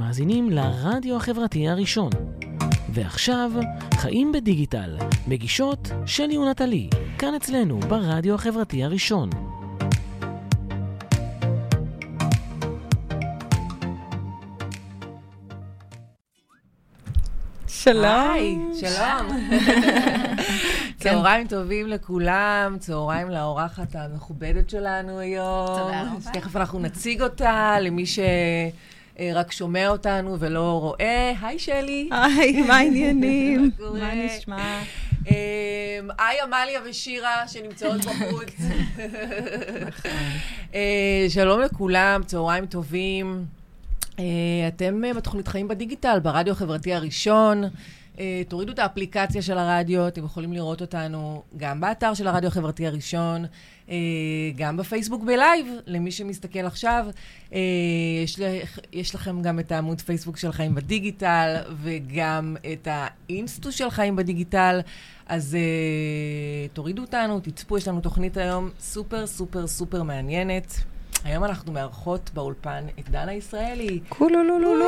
מאזינים לרדיו החברתי הראשון. ועכשיו, חיים בדיגיטל, מגישות שלי ונטלי, כאן אצלנו ברדיו החברתי הראשון. שלום. שלום. צהריים טובים לכולם, צהריים לאורחת המכובדת שלנו היום. תודה רבה. תכף אנחנו נציג אותה למי שרק שומע אותנו ולא רואה. היי שלי. היי, מה העניינים? מה נשמע? היי עמליה ושירה שנמצאות בחוץ. שלום לכולם, צהריים טובים. אתם בתוכנית חיים בדיגיטל, ברדיו החברתי הראשון. תורידו את האפליקציה של הרדיו, אתם יכולים לראות אותנו גם באתר של הרדיו החברתי הראשון, גם בפייסבוק בלייב, למי שמסתכל עכשיו. יש לכם גם את העמוד פייסבוק של חיים בדיגיטל, וגם את האינסטו של חיים בדיגיטל. אז תורידו אותנו, תצפו, יש לנו תוכנית היום סופר סופר סופר מעניינת. היום אנחנו מארחות באולפן את דנה ישראלי. קולולולולו.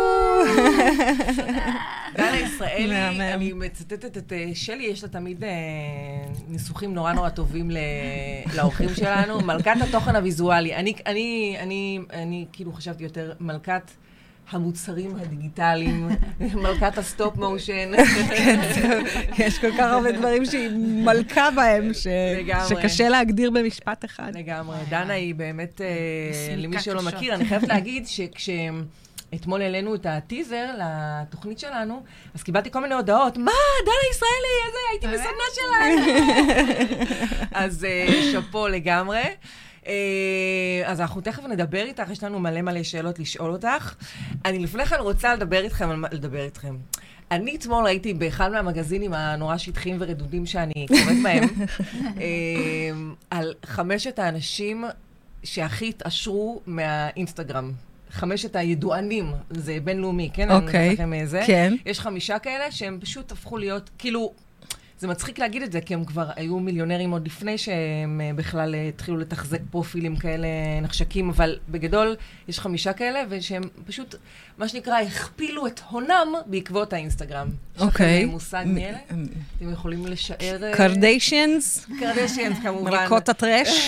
דנה ישראלי, אני מצטטת את שלי, יש לה תמיד ניסוחים נורא נורא טובים לאורחים שלנו. מלכת התוכן הוויזואלי. אני כאילו חשבתי יותר מלכת המוצרים הדיגיטליים, מלכת הסטופ מושן. כן, יש כל כך הרבה דברים שהיא מלכה בהם, שקשה להגדיר במשפט אחד. לגמרי. דנה היא באמת, למי שלא מכיר, אני חייבת להגיד שכשאתמול העלינו את הטיזר לתוכנית שלנו, אז קיבלתי כל מיני הודעות, מה, דנה ישראלי, איזה, הייתי בסדנה שלנו. אז שפו לגמרי. אז אנחנו תכף נדבר איתך, יש לנו מלא מלא שאלות לשאול אותך. אני לפני כן רוצה לדבר איתכם. אני אתמול ראיתי באחד מהמגזינים הנורא שטחיים ורדודים שאני קוראת בהם, על 5 האנשים שהכי התעשרו מהאינסטגרם. 5 הידוענים, זה בינלאומי, כן? אוקיי, כן. יש 5 כאלה שהם פשוט הפכו להיות, כאילו, זה מצחיק להגיד את זה, כי הם כבר היו מיליונרים עוד לפני שהם בכלל התחילו לתחזק פרופילים כאלה נחשקים, אבל בגדול יש 5 כאלה, ושהם פשוט, מה שנקרא, הכפילו את הונם בעקבות האינסטגרם. אוקיי. יש לכם מושג מאלה? אתם יכולים לשער... קרדיישיאנס? קרדיישיאנס, כמובן. מלכות הטרש?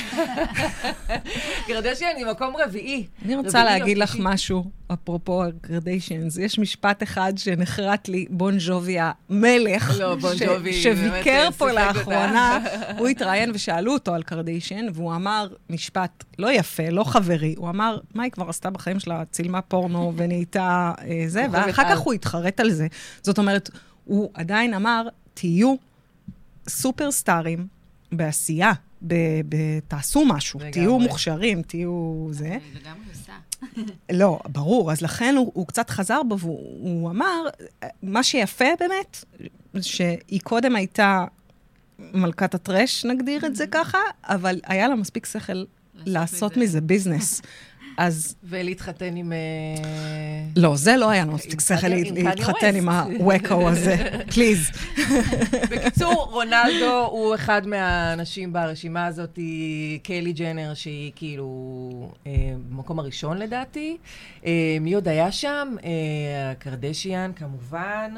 קרדיישיאן היא מקום רביעי. אני רוצה להגיד לך משהו, אפרופו קרדיישיאנס. יש משפט אחד שנחרט לי, בון ג'ובי המלך, לא, בון ג'ובי, שביקר פה לאחרונה, הוא התראיין ושאלו אותו על קרדיישיאן, והוא אמר משפט לא יפה, לא חברי, הוא אמר, מה היא כבר עשתה בחיים שלה? צילמה פורנו ונהייתה זה, ואחר כך הוא התחרט על זה. זאת אומרת, הוא עדיין אמר, תהיו סופרסטארים בעשייה, תעשו משהו, תהיו מוכשרים, תהיו זה. אני לגמרי עושה. לא, ברור, אז לכן הוא קצת חזר בו, והוא אמר, מה שיפה באמת, שהיא קודם הייתה מלכת הטרש, נגדיר את זה ככה, אבל היה לה מספיק שכל לעשות מזה ביזנס. אז... ולהתחתן עם... לא, זה לא היה מספיק שכל להתחתן עם הווקו הזה. פליז. בקיצור, רונלדו הוא אחד מהאנשים ברשימה הזאת, קיילי ג'נר, שהיא כאילו במקום הראשון לדעתי. מי עוד היה שם? קרדשיאן, כמובן.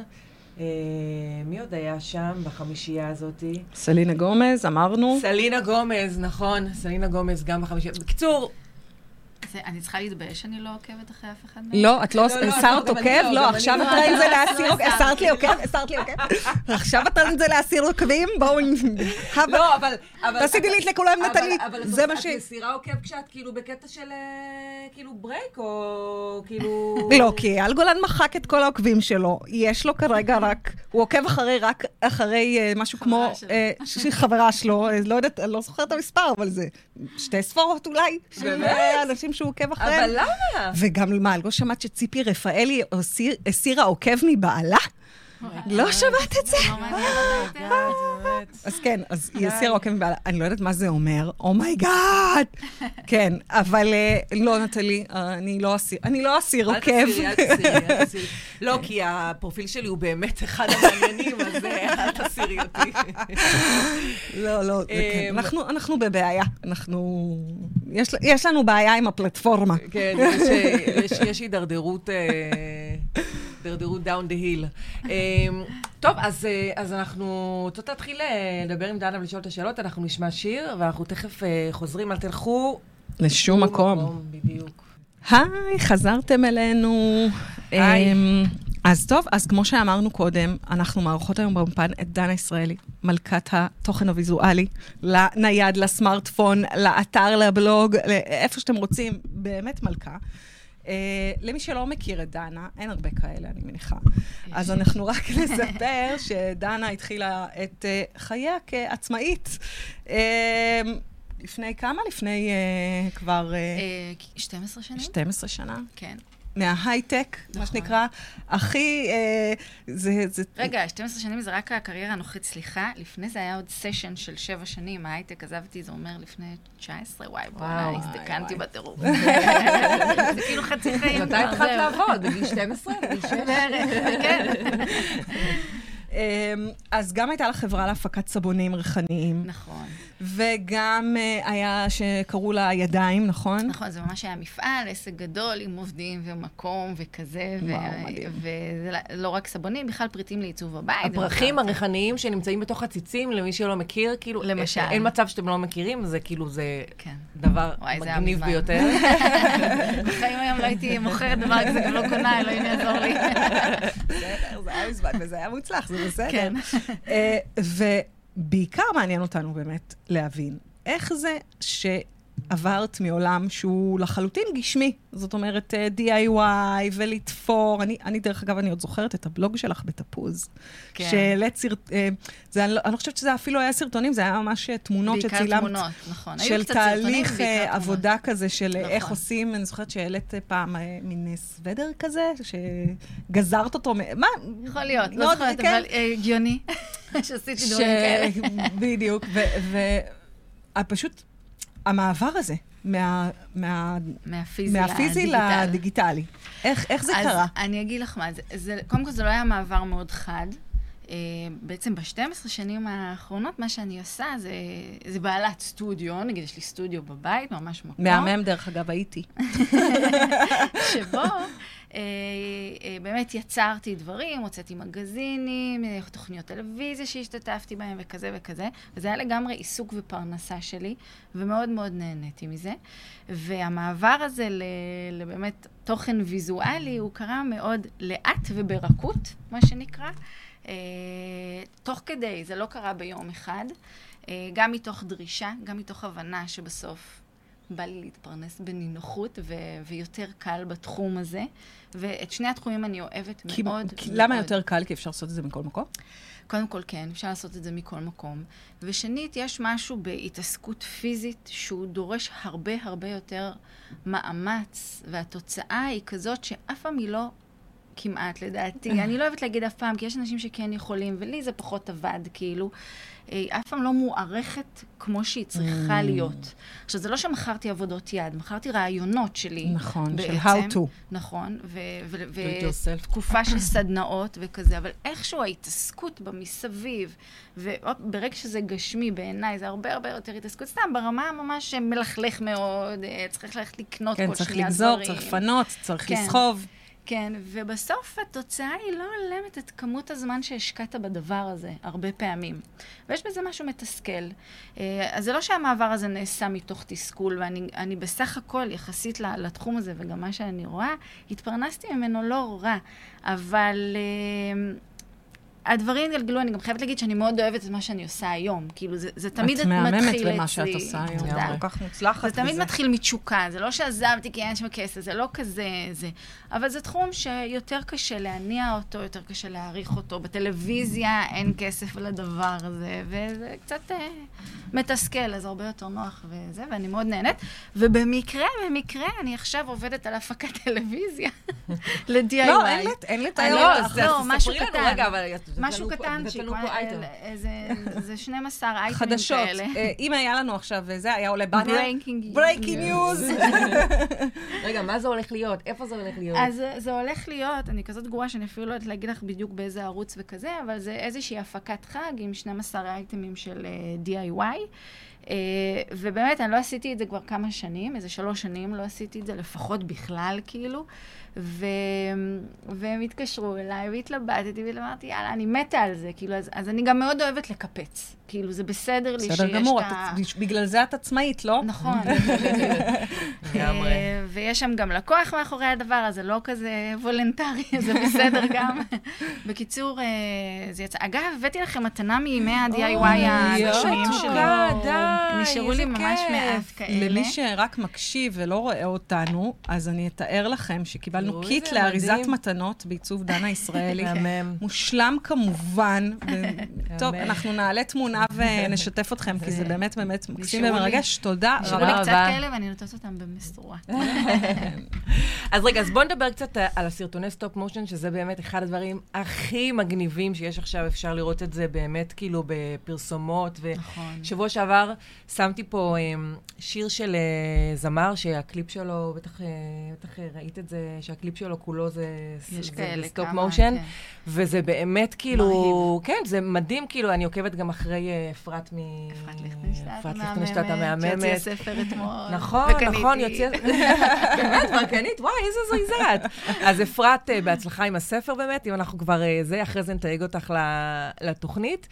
מי עוד היה שם בחמישייה הזאת? סלינה גומז, אמרנו. סלינה גומז, נכון. סלינה גומז גם בחמישייה. בקיצור... אני צריכה להתבייש שאני לא עוקבת אחרי אף אחד מהם? לא, את לא הסרת עוקב? לא, עכשיו את ראית זה להסיר עוקב. הסרת לי עוקב? עכשיו את ראית זה להסיר עוקבים? בואו... לא, אבל... תעשי דילית לכולם נטלי. זה מה ש... את מסירה עוקב כשאת כאילו בקטע של כאילו ברייק או כאילו... לא, כי אייל גולן מחק את כל העוקבים שלו. יש לו כרגע רק... הוא עוקב רק אחרי משהו כמו... חברה שלו. לא יודעת, אני לא זוכרת את המספר, אבל זה 2 ספרות אולי. אנשים שהוא עוקב אחריהם. אבל למה? וגם מה, לא שמעת שציפי רפאלי הסירה עוקב מבעלה? לא שמעת את זה? אז כן, אז היא הסירה עוקב מבעלה. אני לא יודעת מה זה אומר. אומייגאד! כן, אבל לא, נטלי, אני לא אסיר עוקב. אל תסירי. לא, כי הפרופיל שלי הוא באמת אחד המעניינים, אז אל תסירי אותי. לא, אנחנו בבעיה. יש לנו בעיה עם הפלטפורמה. כן, יש הידרדרות down the hill. טוב, אז אנחנו רוצות להתחיל לדבר עם דנה ולשאול את השאלות, אנחנו נשמע שיר, ואנחנו תכף חוזרים, אל תלכו לשום מקום. בדיוק. היי, חזרתם אלינו. היי. אז טוב, אז כמו שאמרנו קודם, אנחנו מערכות היום באולפן את דנה ישראלי, מלכת התוכן הוויזואלי, לנייד, לסמארטפון, לאתר, לבלוג, לאיפה שאתם רוצים, באמת מלכה. למי שלא מכיר את דנה, אין הרבה כאלה, אני מניחה. אז אנחנו רק נספר שדנה התחילה את חייה כעצמאית. לפני כמה? לפני כבר... 12 שנים. 12 שנה. כן. מההייטק, מה שנקרא, הכי... רגע, 12 שנים זה רק הקריירה הנוכחית, סליחה. לפני זה היה עוד סשן של 7 שנים. ההייטק עזבתי, זה אומר לפני 19, וואי, בוא'נה, הסתכנתי בטירוף. זה כאילו חצי חיים. מתי התחלת לעבוד? בגיל 12? בגיל 6? כן. אז גם הייתה לה חברה להפקת סבונים ריחניים. נכון. וגם היה שקראו לה ידיים, נכון? נכון, זה ממש היה מפעל, עסק גדול עם עובדים ומקום וכזה. וואו, מדהים. וזה לא רק סבונים, בכלל פריטים לעיצוב הבית. הפרחים הריחניים שנמצאים בתוך הציצים, למי שלא מכיר, כאילו, למשל. אין מצב שאתם לא מכירים, זה כאילו, זה דבר מגניב ביותר. בחיים היום לא הייתי מוכרת דבר כזה, גם לא קונה, אלוהים יעזור לי. זה היה מזמן, וזה היה מוצלח, זה בסדר. כן. ובעיקר מעניין אותנו באמת להבין איך זה שעברת מעולם שהוא לחלוטין גשמי. זאת אומרת, DIY ולתפור. אני דרך אגב, אני עוד זוכרת את הבלוג שלך בתפוז. כן. שהעלית אני לא חושבת שזה אפילו היה סרטונים, זה היה ממש תמונות שצילמת. בעיקר תמונות, נכון. של תהליך עבודה כזה של נכון. איך עושים. אני זוכרת שהעלית פעם מין סוודר כזה, שגזרת אותו. מה? יכול להיות, לא זוכרת, אבל הגיוני. שעשיתי דברים כאלה. בדיוק. ופשוט המעבר הזה, מהפיזי לדיגיטלי. איך זה קרה? אז אני אגיד לך מה, קודם כל זה לא היה מעבר מאוד חד. בעצם ב-12 שנים האחרונות, מה שאני עושה זה בעלת סטודיו, נגיד יש לי סטודיו בבית, ממש מקום. מהמם דרך אגב, הייתי. שבו באמת יצרתי דברים, הוצאתי מגזינים, תוכניות טלוויזיה שהשתתפתי בהם וכזה וכזה, וזה היה לגמרי עיסוק ופרנסה שלי, ומאוד מאוד נהניתי מזה. והמעבר הזה לבאמת תוכן ויזואלי, הוא קרה מאוד לאט וברכות, מה שנקרא. תוך כדי, זה לא קרה ביום אחד, גם מתוך דרישה, גם מתוך הבנה שבסוף בא לי להתפרנס בנינוחות ויותר קל בתחום הזה. ואת שני התחומים אני אוהבת מאוד. למה יותר קל? כי אפשר לעשות את זה מכל מקום? קודם כל כן, אפשר לעשות את זה מכל מקום. ושנית, יש משהו בהתעסקות פיזית שהוא דורש הרבה הרבה יותר מאמץ, והתוצאה היא כזאת שאף פעם היא לא כמעט לדעתי. אני לא אוהבת להגיד אף פעם, כי יש אנשים שכן יכולים, ולי זה פחות עבד, כאילו. אף פעם לא מוערכת כמו שהיא צריכה להיות. עכשיו, זה לא שמכרתי עבודות יד, מכרתי רעיונות שלי. נכון, בעצם, של how to. נכון, ותקופה של סדנאות וכזה, אבל איכשהו ההתעסקות במסביב, וברגע שזה גשמי בעיניי, זה הרבה הרבה יותר התעסקות, סתם ברמה ממש מלכלך מאוד, צריך ללכת לקנות כל שנייה דברים. כן, צריך לגזור, צריך לפנות, צריך לסחוב. כן, ובסוף התוצאה היא לא הולמת את כמות הזמן שהשקעת בדבר הזה, הרבה פעמים. ויש בזה משהו מתסכל. אז זה לא שהמעבר הזה נעשה מתוך תסכול, ואני בסך הכל, יחסית לתחום הזה, וגם מה שאני רואה, התפרנסתי ממנו לא רע. אבל הדברים גלגלו, אני גם חייבת להגיד שאני מאוד אוהבת את מה שאני עושה היום. כאילו, זה תמיד מתחיל אצלי. את מהממת למה שאת עושה היום. כל כך מוצלחת. זה תמיד מתחיל מתשוקה. זה לא שעזבתי כי אין שם כסף, זה לא כזה, זה. אבל זה תחום שיותר קשה להניע אותו, יותר קשה להעריך אותו. בטלוויזיה אין כסף לדבר הזה, וזה קצת מתסכל, אז הרבה יותר נוח וזה, ואני מאוד נהנית. ובמקרה, אני עכשיו עובדת על הפקת טלוויזיה ל-DIY. לא, אין לי תאיות. לא, משהו קטן. רגע, אבל משהו קטן, זה 12 אייטמים כאלה. חדשות. אם היה לנו עכשיו, וזה היה עולה באנר. Breaking news. רגע, מה זה הולך להיות? איפה זה הולך להיות? אז זה הולך להיות, אני כזאת גרועה שאני אפילו לא יודעת להגיד לך בדיוק באיזה ערוץ וכזה, אבל זה איזושהי הפקת חג עם 12 אייטמים של DIY. ובאמת, אני לא עשיתי את זה כבר כמה שנים, איזה 3 שנים לא עשיתי את זה, לפחות בכלל, כאילו. והם התקשרו אליי, והתלבטתי, ואמרתי, יאללה, אני מתה על זה, כאילו, אז אני גם מאוד אוהבת לקפץ. כאילו, זה בסדר לי שיש את ה... בסדר גמור, בגלל זה את עצמאית, לא? נכון. ויש שם גם לקוח מאחורי הדבר, אז זה לא כזה וולנטרי, זה בסדר גם. בקיצור, זה יצא. אגב, הבאתי לכם מתנה מימי ה-DIY הראשונים שלי. נשארו לי ממש מעט כאלה. למי שרק מקשיב ולא רואה אותנו, אז אני אתאר לכם שקיבלנו קיט לאריזת מתנות בעיצוב דנה ישראלי. מושלם כמובן. טוב, אנחנו נעלה תמונה ונשתף אתכם, כי זה באמת באמת מקסים ומרגש. תודה רבה. נשארו לי קצת כאלה ואני נותנת אותם במסורה. אז רגע, אז בואו נדבר קצת על הסרטוני סטופ מושן, שזה באמת אחד הדברים הכי מגניבים שיש עכשיו. אפשר לראות את זה באמת כאילו בפרסומות. ושבוע שעבר שמתי פה שיר של זמר, שהקליפ שלו, בטח ראית את זה, שהקליפ שלו כולו זה סטופ מושן. וזה באמת כאילו, כן, זה מדהים, כאילו, אני עוקבת גם אחרי אפרת ליכטנשטט המהממת. שיוציא הספר אתמול. נכון, יוציא... באמת, מרקנית, וואי, איזה זריזת. אז אפרת, בהצלחה עם הספר באמת, אם אנחנו כבר זה, אחרי זה נתייג אותך לתוכנית.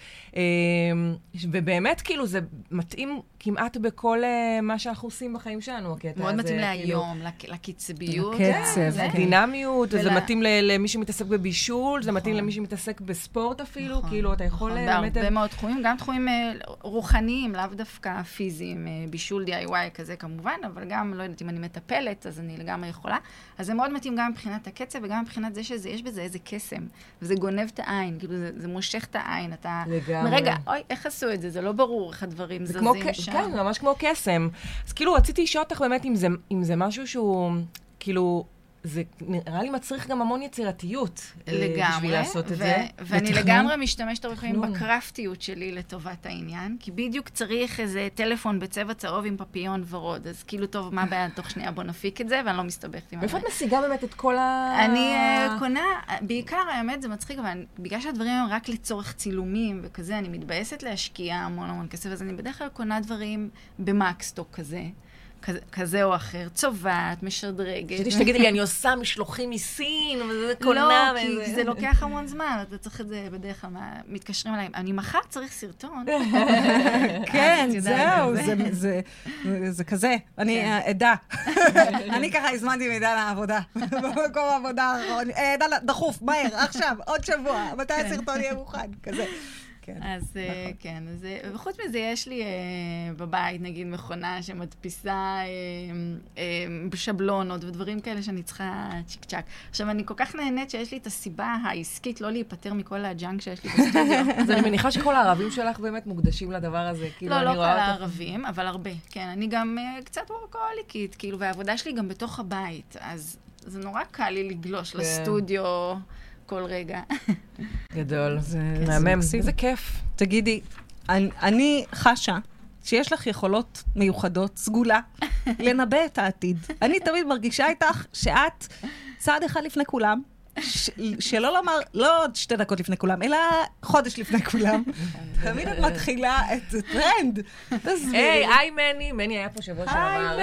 ובאמת, כאילו, זה מתאים כמעט בכל מה שאנחנו עושים בחיים שלנו. מאוד מתאים להיום, לקצביות. לקצב. דינמיות, זה מתאים למי שמתעסק בבישול, זה מתאים למי שמתעסק בספורט אפילו, כאילו, אתה יכול... בהרבה מאוד תחומים, גם תחומים רוחניים, לאו דווקא פיזיים, בישול DIY כזה כמובן, אבל גם, לא יודעת, אם אני מטפלת, אז אני לגמרי יכולה. אז זה מאוד מתאים גם מבחינת הקצב, וגם מבחינת זה שיש בזה איזה קסם, וזה גונב את העין, כאילו, זה מושך את העין, אתה... לגמרי. רגע, אוי, איך עשו את זה? זה לא ברור איך הדברים זזים שם. כן, ממש כמו קסם. אז כאילו, רציתי לשאול אותך באמת אם זה משהו שהוא, כאילו, זה נראה לי מצריך גם המון יצירתיות. לגמרי. בשביל לעשות את זה. ואני לגמרי משתמשת הרבה פעמים בקרפטיות שלי לטובת העניין, כי בדיוק צריך איזה טלפון בצבע צהוב עם פפיון ורוד, אז כאילו טוב, מה בעיה, תוך שנייה בוא נפיק את זה, ואני לא מסתבכת עם זה. ואיפה את משיגה באמת את כל אני קונה, בעיקר האמת זה מצחיק, אבל בגלל שהדברים הם רק לצורך צילומים וכזה, אני מתבאסת להשקיע המון כסף, אז אני בדרך כלל קונה דברים במקסטוק כזה או אחר, צובעת, משדרגת. חשבתי שתגידי לי, אני עושה משלוחים מסין, וזה קונה. לא, כי זה לוקח המון זמן, אתה צריך את זה בדרך כלל, מתקשרים אליי. אני מחר צריך סרטון. כן, זהו, זה כזה. אני עדה. אני ככה הזמנתי מידע לעבודה. במקום העבודה האחרון. דחוף, מהר, עכשיו, עוד שבוע. מתי הסרטון יהיה מוכן? כזה. אז כן, וחוץ מזה יש לי בבית, נגיד, מכונה שמדפיסה בשבלונות ודברים כאלה שאני צריכה צ'יק צ'ק. עכשיו, אני כל כך נהנית שיש לי את הסיבה העסקית לא להיפטר מכל הג'אנק שיש לי בסטודיו. אז אני מניחה שכל הערבים שלך באמת מוקדשים לדבר הזה. לא כל הערבים, אבל הרבה. כן, אני גם קצת וורקהוליקית, כאילו, והעבודה שלי גם בתוך הבית, אז זה נורא קל לי לגלוש לסטודיו כל רגע. גדול. זה מהמם. זה כיף. תגידי, אני חשה שיש לך יכולות מיוחדות, סגולה, לנבא את העתיד. אני תמיד מרגישה איתך שאת צעד אחד לפני כולם, שלא לומר, לא עוד 2 דקות לפני כולם, אלא חודש לפני כולם. תמיד את מתחילה את הטרנד. היי, מני היה פה שבוע שעבר.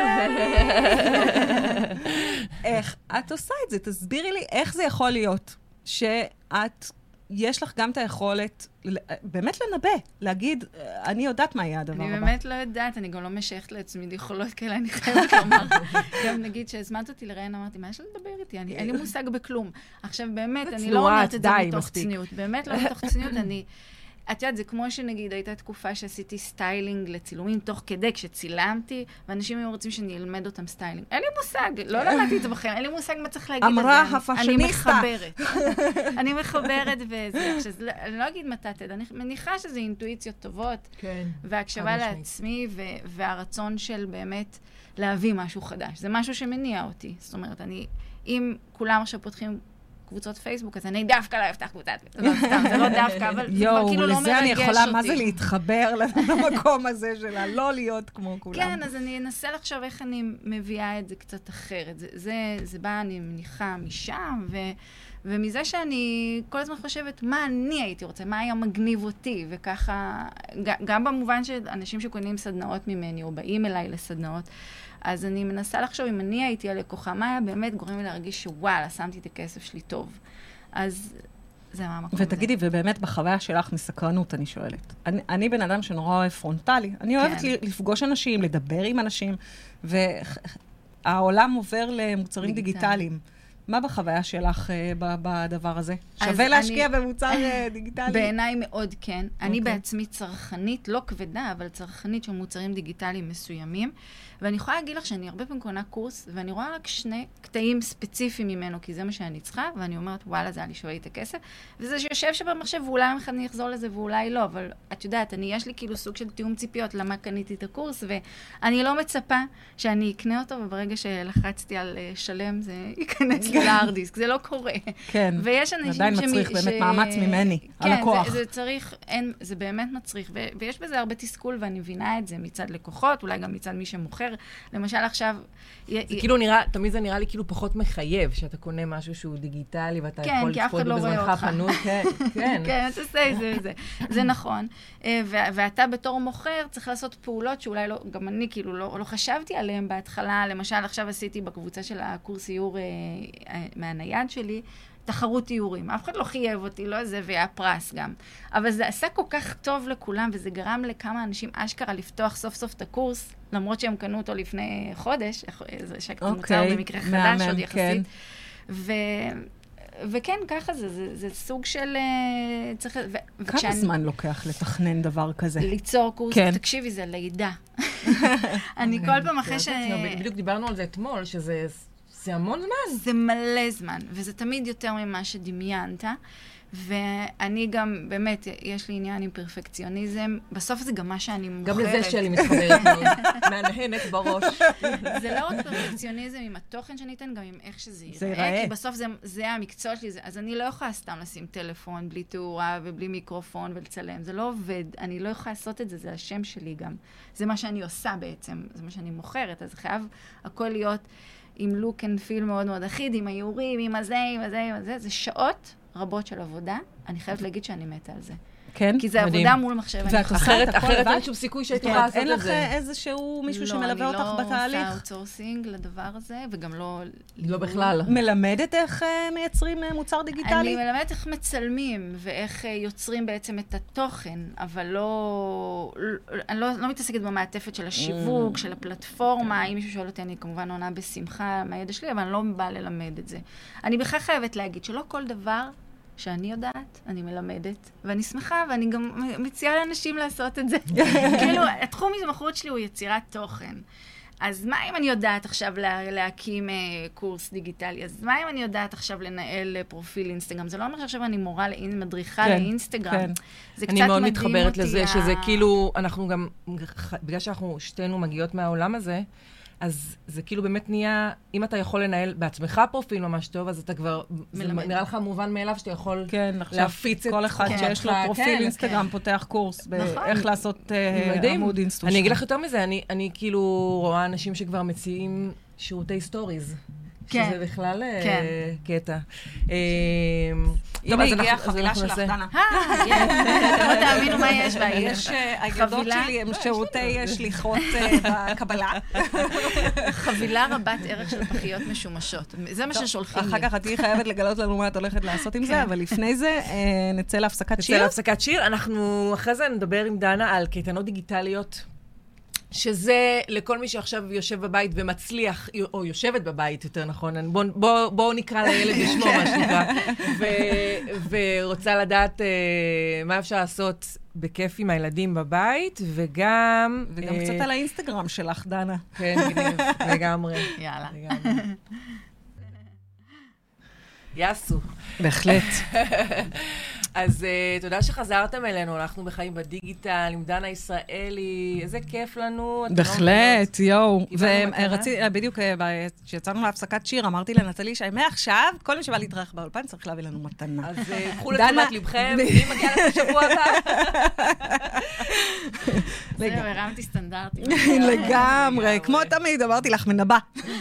איך את עושה את זה? תסבירי לי איך זה יכול להיות שאת, יש לך גם את היכולת באמת לנבא, להגיד, אני יודעת מה יהיה הדבר הבא. אני באמת לא יודעת, אני גם לא משייכת לעצמי יכולות כאלה, אני חייבת לומר. גם נגיד שהזמנת אותי לראיין, אמרתי, מה יש לה לדבר איתי? אין לי מושג בכלום. עכשיו באמת, אני לא אומרת את זה מתוך צניעות. באמת לא מתוך צניעות, את יודעת, זה כמו שנגיד, הייתה תקופה שעשיתי סטיילינג לצילומים תוך כדי, כשצילמתי, ואנשים היו רוצים שאני אלמד אותם סטיילינג. אין לי מושג, לא למדתי את זה בחיים, אין לי מושג מה צריך להגיד. אמרה הפאשניסטה. אני מחברת וזה. אני לא אגיד מתתת, אני מניחה שזה אינטואיציות טובות, והקשבה לעצמי, והרצון של באמת להביא משהו חדש. זה משהו שמניע אותי. זאת אומרת, אם כולם עכשיו פותחים קבוצות פייסבוק, אז אני דווקא לא אפתח קבוצת פייסבוק. זה לא דווקא, אבל זה כבר כאילו לא מרגש אותי. לזה אני יכולה, מה זה להתחבר למקום הזה שלה, לא להיות כמו כולם. כן, אז אני אנסה לחשוב איך אני מביאה את זה קצת אחרת. זה בא, אני מניחה משם, ומזה שאני כל הזמן חושבת מה אני הייתי רוצה, מה היה מגניב אותי, וככה, גם במובן שאנשים שקונים סדנאות ממני, או באים אליי לסדנאות, אז אני מנסה לחשוב אם אני הייתי הלקוחה, מה היה באמת גורם לי להרגיש שוואלה, שמתי את הכסף שלי טוב. אז זה מה המקום הזה. ותגידי, ובאמת בחוויה שלך מסקרנות, אני שואלת. אני בן אדם שנורא אוהב פרונטלי. אני אוהבת לפגוש אנשים, לדבר עם אנשים, והעולם עובר למוצרים דיגיטליים. מה בחוויה שלך בדבר הזה? שווה להשקיע במוצר דיגיטלי? בעיניי מאוד כן. אני בעצמי צרכנית, לא כבדה, אבל צרכנית של מוצרים דיגיטליים מסוימים. ואני יכולה להגיד לך שאני הרבה פעמים קונה קורס, ואני רואה רק 2 קטעים ספציפיים ממנו, כי זה מה שאני צריכה, ואני אומרת, וואלה, זה היה לי שווה לי את הכסף. וזה שיושב שבמחשב, ואולי אני אחזור לזה, ואולי לא. אבל את יודעת, יש לי כאילו סוג של תיאום ציפיות למה קניתי את הקורס, ואני לא מצפה שאני אקנה אותו, וברגע שלחצתי על שלם, זה ייכנס לי להרדיסק. זה לא קורה. כן. ויש אנשים עדיין מצריך באמת מאמץ ממני, הלקוח. כן, זה צריך, זה באמת מצריך. ויש בזה הרבה תסכול, ואני מבינה את זה מצד לקוחות, אולי גם מצד מי שמוכר. למשל עכשיו... זה כאילו נראה, תמיד זה נראה לי כאילו פחות מחייב, שאתה קונה משהו שהוא דיגיטלי, ואתה יכול לצפות בזמנך חנות. כן, כן. כן, אתה עושה זה. זה נכון. ואתה בתור מוכר צריך לעשות פעולות שאולי לא, גם אני כאילו לא חשבתי עליהן בהתחלה. למשל, עכשיו עשיתי בקבוצה של הקורס איור מהנייד שלי, תחרות איורים. אף אחד לא חייב אותי, לא זה, והיה פרס גם. אבל זה עשה כל כך טוב לכולם, וזה גרם לכמה אנשים אשכרה לפתוח סוף סוף את הקורס, למרות שהם קנו אותו לפני חודש, זה מוצר במקרה חדש עוד יחסית. וכן, ככה זה סוג של... כמה זמן לוקח לתכנן דבר כזה? ליצור קורס, תקשיבי, זה לידה. אני כל פעם אחרי בדיוק דיברנו על זה אתמול, שזה... זה המון זמן. זה מלא זמן, וזה תמיד יותר ממה שדמיינת. ואני גם, באמת, יש לי עניין עם פרפקציוניזם. בסוף זה גם מה שאני מוכרת. גם לזה שלי מתחברת מאוד. מהנהנת בראש. זה לא רק פרפקציוניזם עם התוכן שניתן, גם עם איך שזה ייראה. כי בסוף זה המקצוע שלי. אז אני לא יכולה סתם לשים טלפון בלי תאורה ובלי מיקרופון ולצלם. זה לא עובד. אני לא יכולה לעשות את זה. זה השם שלי גם. זה מה שאני עושה בעצם. זה מה שאני מוכרת. אז חייב הכל להיות עם לוק and feel מאוד מאוד אחיד, עם האיורים, עם הזה, עם הזה, עם הזה. זה שעות רבות של עבודה. אני חייבת להגיד שאני מתה על זה. כן, כי זה עבודה מול מחשב. אחרת אין שום סיכוי שהייתי יכולה לעשות את זה. אין לך איזשהו מישהו שמלווה אותך בתהליך? לא, אני לא עושה אאוטסורסינג לדבר הזה, וגם לא... לא בכלל. מלמדת איך מייצרים מוצר דיגיטלי? אני מלמדת איך מצלמים, ואיך יוצרים בעצם את התוכן, אבל אני לא מתעסקת במעטפת של השיווק, של הפלטפורמה. אם מישהו שואל אותי, אני כמובן עונה בשמחה מהידע שלי, אבל אני לא באה ללמד את זה. אני בכלל חייבת להגיד שלא כל דבר שאני יודעת, אני מלמדת, ואני שמחה, ואני גם מציעה לאנשים לעשות את זה. כאילו, התחום התמחות שלי הוא יצירת תוכן. אז מה אם אני יודעת עכשיו להקים קורס דיגיטלי? אז מה אם אני יודעת עכשיו לנהל פרופיל אינסטגרם? זה לא אומר שעכשיו אני מורה מדריכה לאינסטגרם. זה קצת מדהים אותי. אני מאוד מתחברת לזה, שזה כאילו, אנחנו גם, בגלל שאנחנו שתינו מגיעות מהעולם הזה, אז זה כאילו באמת נהיה, אם אתה יכול לנהל בעצמך פרופיל ממש טוב, אז אתה כבר, זה נראה לך מובן מאליו שאתה יכול להפיץ את כל אחד שיש לו פרופיל אינסטגרם פותח קורס באיך לעשות עמוד אינסטגרם. אני אגיד לך יותר מזה, אני כאילו רואה אנשים שכבר מציעים שירותי סטוריז. שזה בכלל קטע. הנה הגיעה החבילה שלך, דנה. אתם לא תאמינו מה יש בה. יש, הגדות שלי הם שירותי שליחות בקבלה. חבילה רבת ערך של פחיות משומשות. זה מה ששולחים לי. אחר כך את תהיי חייבת לגלות לנו מה את הולכת לעשות עם זה, אבל לפני זה נצא להפסקת שיר. נצא להפסקת שיר. אנחנו אחרי זה נדבר עם דנה על קייטנות דיגיטליות. שזה לכל מי שעכשיו יושב בבית ומצליח, או יושבת בבית, יותר נכון, בואו נקרא לילד בשמו, מה שנקרא, ורוצה לדעת מה אפשר לעשות בכיף עם הילדים בבית, וגם קצת על האינסטגרם שלך, דנה. כן, לגמרי. יאללה. יאסו. בהחלט. אז תודה שחזרתם אלינו, אנחנו בחיים בדיגיטל, עם דנה ישראלי, איזה כיף לנו. בהחלט, יואו. בדיוק כשיצאנו להפסקת שיר, אמרתי לנטלי שמעכשיו, כל מי שבא להתארח באולפן צריך להביא לנו מתנה. אז קחו לתשומת לבכם, מי מגיע לכם שבוע הבא? זהו, הרמתי סטנדרטים. לגמרי, כמו תמיד, אמרתי לך, מנבא.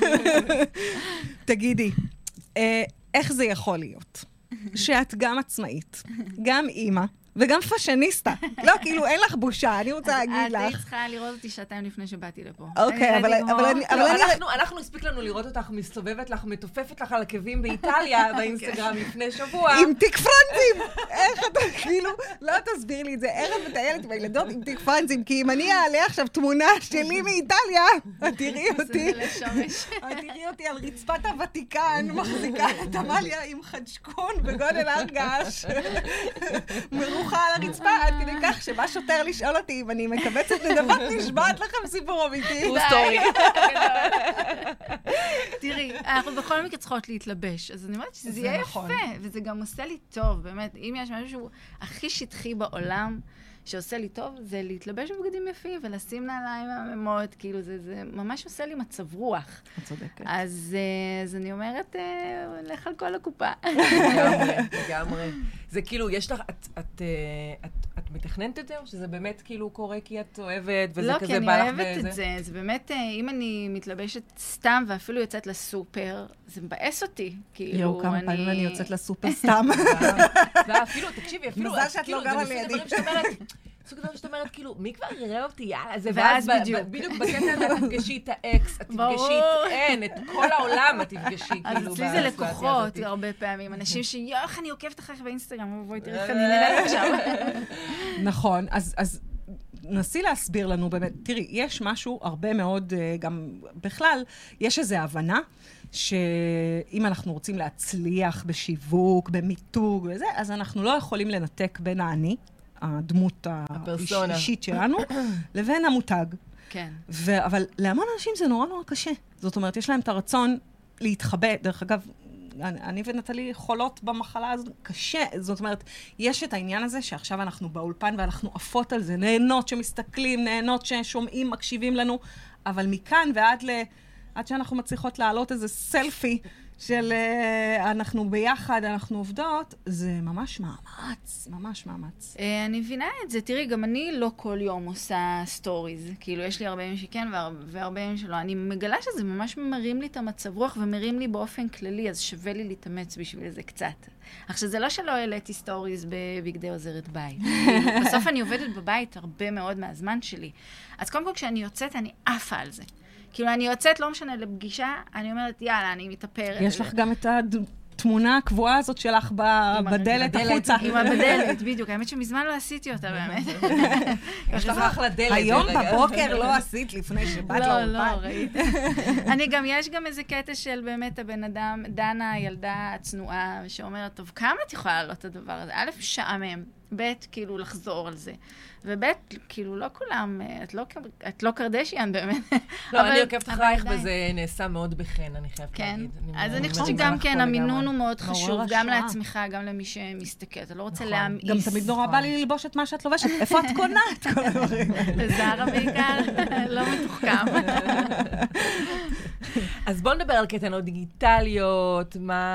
תגידי, איך זה יכול להיות? שאת גם עצמאית, גם אימא, וגם פשניסטה. לא, כאילו, אין לך בושה, אני רוצה להגיד לך. את צריכה לראות אותי שעתיים לפני שבאתי לפה. אוקיי, אבל אנחנו הספיק לנו לראות אותך מסתובבת לך, מתופפת לך על עקבים באיטליה, באינסטגרם לפני שבוע. עם תיק פרנזים! איך אתה, כאילו, לא תסביר לי את זה, איך את מטיילת עם הילדות עם תיק פרנזים, כי אם אני אעלה עכשיו תמונה שלי מאיטליה, את תראי אותי על רצפת הוותיקן, מחזיקה את עמליה עם חדשקון בגודל הר געש. מרוחה על הרצפה, עד כדי כך שבא שוטר לשאול אותי אם אני מקבצת נדבות, נשבעת לכם סיפור אמיתי. סטורי. תראי, אנחנו בכל מקרה צריכות להתלבש, אז אני אומרת שזה יהיה יפה, וזה גם עושה לי טוב, באמת. אם יש משהו שהוא הכי שטחי בעולם, שעושה לי טוב, זה להתלבש בבגדים יפים ולשים נעליים מהממות, כאילו זה ממש עושה לי מצב רוח. את צודקת. אז אני אומרת, לך על כל הקופה. לגמרי. זה כאילו, יש לך, את מתכננת את זה, או שזה באמת כאילו קורה כי את אוהבת, וזה כזה בא לך וזה? לא, כי אני אוהבת את זה. זה באמת, אם אני מתלבשת סתם, ואפילו יוצאת לסופר, זה מבאס אותי. יואו, כמה פעמים אני יוצאת לסופר סתם. ואפילו, תקשיבי, אפילו, מזל שאת לא גרה לידי. סוג דבר שאת אומרת, כאילו, מי כבר יראה אותי? יאללה, זה ואז בדיוק בקטע הזה, את תפגשי את האקס, את תפגשי את כל העולם, את תפגשי, כאילו. אז אצלי זה לקוחות הרבה פעמים, אנשים איך אני עוקבת אחריך באינסטגרם, בואי תראי איך אני נראית עכשיו. נכון, אז נסי להסביר לנו באמת, תראי, יש משהו הרבה מאוד, גם בכלל, יש איזו הבנה, שאם אנחנו רוצים להצליח בשיווק, במיתוג וזה, אז אנחנו לא יכולים לנתק בין האני, הדמות האישית שלנו, לבין המותג. כן. אבל להמון אנשים זה נורא נורא קשה. זאת אומרת, יש להם את הרצון להתחבא. דרך אגב, אני ונטלי חולות במחלה הזאת, קשה. זאת אומרת, יש את העניין הזה שעכשיו אנחנו באולפן ואנחנו עפות על זה, נהנות שמסתכלים, נהנות ששומעים, מקשיבים לנו, אבל מכאן עד שאנחנו מצליחות להעלות איזה סלפי, של אנחנו ביחד, אנחנו עובדות, זה ממש מאמץ, ממש מאמץ. אני מבינה את זה. תראי, גם אני לא כל יום עושה סטוריז. כאילו, יש לי הרבה ימים שכן והרבה ימים שלא. אני מגלה שזה ממש מרים לי את המצב רוח ומרים לי באופן כללי, אז שווה לי להתאמץ בשביל זה קצת. עכשיו, זה לא שלא העליתי סטוריז בבגדי עוזרת בית. בסוף אני עובדת בבית הרבה מאוד מהזמן שלי. אז קודם כל, כשאני יוצאת, אני עפה על זה. כאילו, אני יוצאת, לא משנה, לפגישה, אני אומרת, יאללה, אני מתאפרת. יש לך גם את התמונה הקבועה הזאת שלך בדלת החוצה. עם הבדלת, בדיוק. האמת שמזמן לא עשיתי אותה, באמת. יש לך אחלה דלת. היום בבוקר לא עשית לפני שבאת לאולפן. לא, ראית. יש גם איזה קטע של באמת הבן אדם, דנה, הילדה הצנועה, שאומרת, טוב, כמה את יכולה לעלות את הדבר הזה? א', שעמם. ב', כאילו, לחזור על זה. וב', כאילו, לא כולם, את לא קרדשיאן באמת. לא, אני עוקבת אחרייך וזה נעשה מאוד בחן, אני חייבת להגיד. אז אני חושבת שגם כן, המינון הוא מאוד חשוב, גם לעצמך, גם למי שמסתכל. אתה לא רוצה להמאיס. גם תמיד נורא בא לי ללבוש את מה שאת לובשת. איפה את קונה את כל הדברים? לזרה בעיקר, לא מתוחכם. אז בואו נדבר על קייטנות דיגיטליות,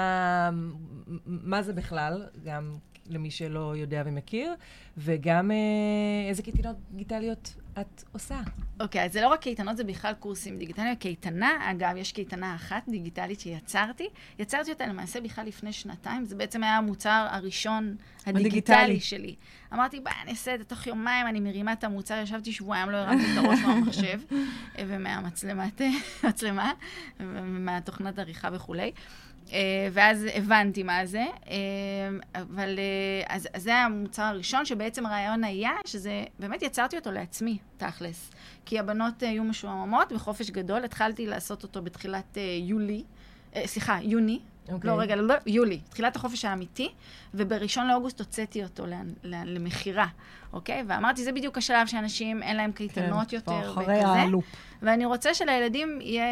מה זה בכלל, גם למי שלא יודע ומכיר, וגם איזה קייטנות דיגיטליות את עושה. אוקיי, אז זה לא רק קייטנות, זה בכלל קורסים דיגיטליים. קייטנה, אגב, יש קייטנה אחת דיגיטלית שיצרתי. יצרתי אותה למעשה בכלל לפני 2 זה בעצם היה המוצר הראשון הדיגיטלי שלי. אמרתי, אני אעשה את זה תוך יומיים, אני מרימה את המוצר, ישבתי שבועיים, לא הרמתי את הראש מהמחשב, ומהמצלמה, ומהתוכנת עריכה וכולי. ואז הבנתי מה זה, אבל אז זה היה המוצר הראשון, שבעצם הרעיון היה שזה, באמת יצרתי אותו לעצמי, תכלס. כי הבנות היו משועממות, בחופש גדול, התחלתי לעשות אותו בתחילת יוני, יולי, תחילת החופש האמיתי, ובראשון לאוגוסט הוצאתי אותו למחירה, אוקיי? ואמרתי, זה בדיוק השלב שאנשים אין להם קייטנות יותר, אחרי הלופ. ואני רוצה שלילדים יהיה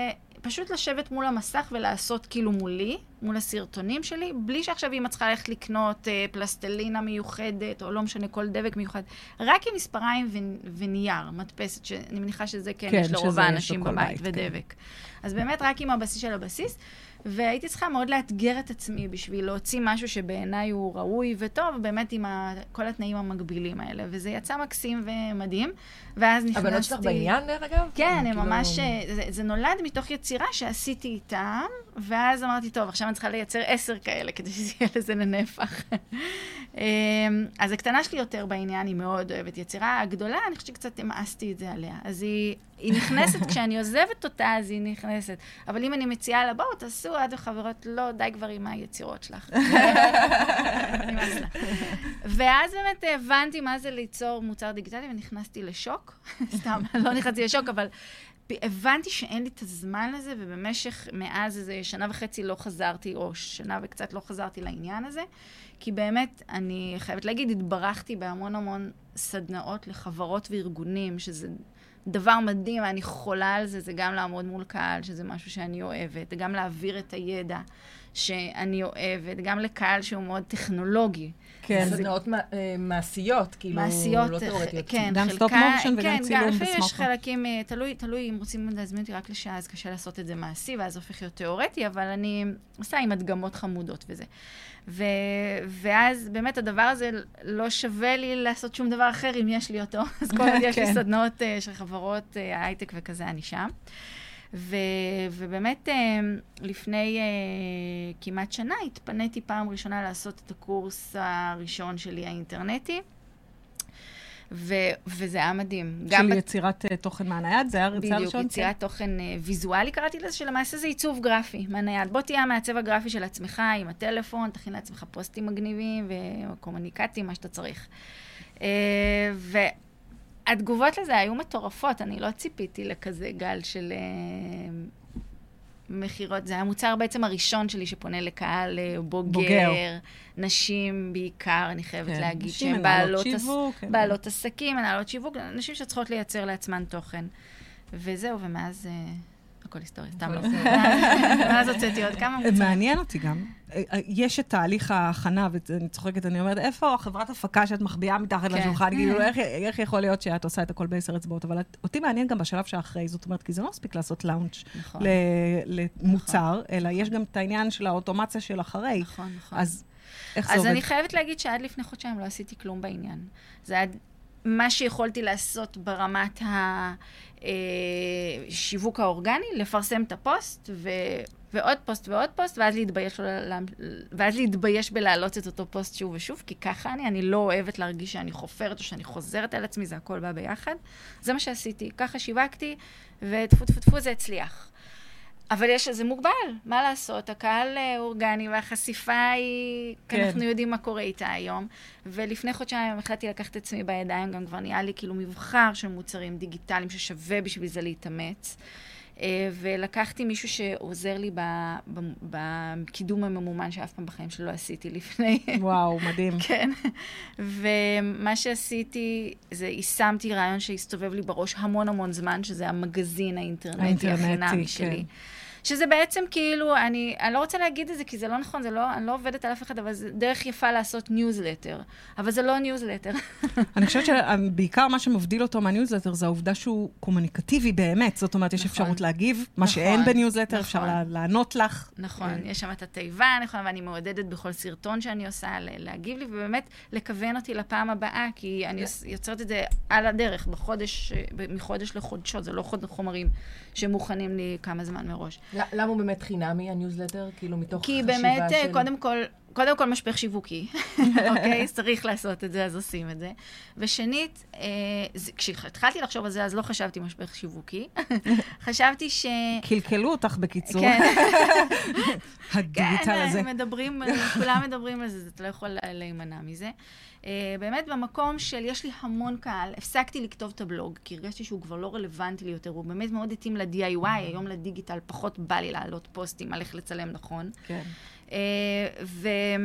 פשוט לשבת מול המסך ולעשות כאילו מולי, מול הסרטונים שלי, בלי שעכשיו היא מצליחה ללכת לקנות פלסטלינה מיוחדת, או לא משנה, כל דבק מיוחד, רק עם מספריים ונייר, מדפסת, שאני מניחה שזה כן, יש לרוב האנשים בבית ודבק. אז באמת רק עם הבסיס של הבסיס, והייתי צריכה מאוד לאתגר את עצמי בשביל להוציא משהו שבעיניי הוא ראוי וטוב, באמת עם כל התנאים המקבילים האלה. וזה יצא מקסים ומדהים. ואז נכנסתי... הבנות שלך בעניין, דרך אגב? כן, הם ממש... זה נולד מתוך יצירה שעשיתי איתם, ואז אמרתי, טוב, עכשיו אני צריכה לייצר 10 כאלה, כדי שזה יהיה לזה לנפח. אז הקטנה שלי יותר בעניין, היא מאוד אוהבת יצירה. הגדולה, אני חושבת שקצת המאסתי את זה עליה. אז היא נכנסת, כשאני עוזבת אותה, אז היא נכנסת. אבל אם אני מציעה לה, בואו, תעשו, עד וחברות, לא, די כבר עם היצירות שלך. אני מסלה. ואז באמת הבנתי מה זה ליצור מוצר דיגיטלי, ונכנסתי לשוק. סתם, לא נכנסתי לשוק, אבל הבנתי שאין לי את הזמן לזה, ובמשך מאז איזה 1.5 שנה לא חזרתי, או 1 שנה וקצת לא חזרתי לעניין הזה, כי באמת, אני חייבת להגיד, התברכתי בהמון סדנאות לחברות וארגונים, שזה דבר מדהים, אני חולה על זה, זה גם לעמוד מול קהל, שזה משהו שאני אוהבת, גם להעביר את הידע שאני אוהבת, גם לקהל שהוא מאוד טכנולוגי. כן, סדנאות מעשיות, כאילו, לא תיאורטיות. כן, גם סטופ מושן וגם צילום בסמארטפון. אפילו יש חלקים, תלוי אם רוצים להזמין אותי רק לשעה, אז קשה לעשות את זה מעשי, ואז הופך להיות תיאורטי, אבל אני עושה עם הדגמות חמודות וזה. ואז באמת הדבר הזה לא שווה לי לעשות שום דבר אחר אם יש לי אותו. אז כל עוד יש לי סדנאות של חברות הייטק וכזה, אני שם. ובאמת לפני כמעט שנה התפניתי פעם ראשונה לעשות את הקורס הראשון שלי האינטרנטי, וזה היה מדהים. של יצירת תוכן מהנייד, זה היה הרצאה הראשון? בדיוק, יצירת תוכן ויזואלי קראתי לזה, שלמעשה זה עיצוב גרפי מהנייד. בוא תהיה המעצב הגרפי של עצמך עם הטלפון, תכין לעצמך פוסטים מגניבים וקומוניקטים, מה שאתה צריך. התגובות לזה היו מטורפות, אני לא ציפיתי לכזה גל של מחירות. זה המוצר בעצם הראשון שלי שפונה לקהל בוגר, נשים בעיקר, אני חייבת להגיד, שהן בעלות עסקים, מנהלות שיווק, נשים שצריכות לייצר לעצמן תוכן. וזהו, ומאז הכל היסטוריה, סתם לא. ואז הוצאתי עוד כמה מוצרים. מעניין אותי גם. יש את תהליך ההכנה, ואני צוחקת, אני אומרת, איפה החברת הפקה שאת מחביאה מתחת לשולחן? כאילו, איך יכול להיות שאת עושה את הכל ב10 אצבעות? אבל אותי מעניין גם בשלב שאחרי, זאת אומרת, כי זה לא מספיק לעשות לאונץ' למוצר, אלא יש גם את העניין של האוטומציה של אחרי. נכון. אז איך זה עובד? אז אני חייבת להגיד שעד לפני חודשיים לא עשיתי כלום בעניין. זה היה מה שיכולתי לעשות ברמת השיווק האורגני, לפרסם את הפוסט, ועוד פוסט ועוד פוסט, ואז להתבייש בלהעלות את אותו פוסט שוב ושוב, כי ככה אני לא אוהבת להרגיש שאני חופרת או שאני חוזרת על עצמי, זה הכל בא ביחד. זה מה שעשיתי, ככה שיווקתי, וטפו טפו טפו זה הצליח. אבל זה מוגבל, מה לעשות? הקהל אורגני והחשיפה היא, כן. אנחנו יודעים מה קורה איתה היום. ולפני חודשיים החלטתי לקחת את עצמי בידיים, גם כבר נהיה לי כאילו מבחר של מוצרים דיגיטליים ששווה בשביל זה להתאמץ. ולקחתי מישהו שעוזר לי בקידום הממומן שאף פעם בחיים שלא עשיתי לפני. וואו, מדהים. כן. ומה שעשיתי, זה יישמתי רעיון שהסתובב לי בראש המון זמן, שזה המגזין האינטרנטי החינמי שלי. שזה בעצם כאילו, אני לא רוצה להגיד את זה, כי זה לא נכון, אני לא עובדת על אף אחד, אבל זה דרך יפה לעשות ניוזלטר. אבל זה לא ניוזלטר. אני חושבת שבעיקר מה שמבדיל אותו מהניוזלטר, זה העובדה שהוא קומוניקטיבי באמת. זאת אומרת, יש אפשרות להגיב, מה שאין בניוזלטר, אפשר לענות לך. נכון, יש שם את התיבה, ואני מעודדת בכל סרטון שאני עושה להגיב לי, ובאמת לכוון אותי לפעם הבאה, כי אני יוצרת את זה על הדרך, מחודש לחודשות, זה לא חומרים שמוכנים לי כמה זמן מראש. למה הוא באמת חינמי, הניוזלטר? כאילו מתוך חשיבה של... כי באמת, קודם כל משפך שיווקי, אוקיי? צריך לעשות את זה, אז עושים את זה. ושנית, כשהתחלתי לחשוב על זה, אז לא חשבתי משפך שיווקי. חשבתי ש... קלקלו אותך בקיצור. כן. הדיגיטל הזה. כולם מדברים על זה, אתה לא יכול להימנע מזה. באמת במקום של יש לי המון קהל, הפסקתי לכתוב את הבלוג, כי הרגשתי שהוא כבר לא רלוונטי לי יותר, הוא באמת מאוד התאים ל-DIY, היום לדיגיטל פחות בא לי לעלות פוסטים, על איך לצלם נכון. כן.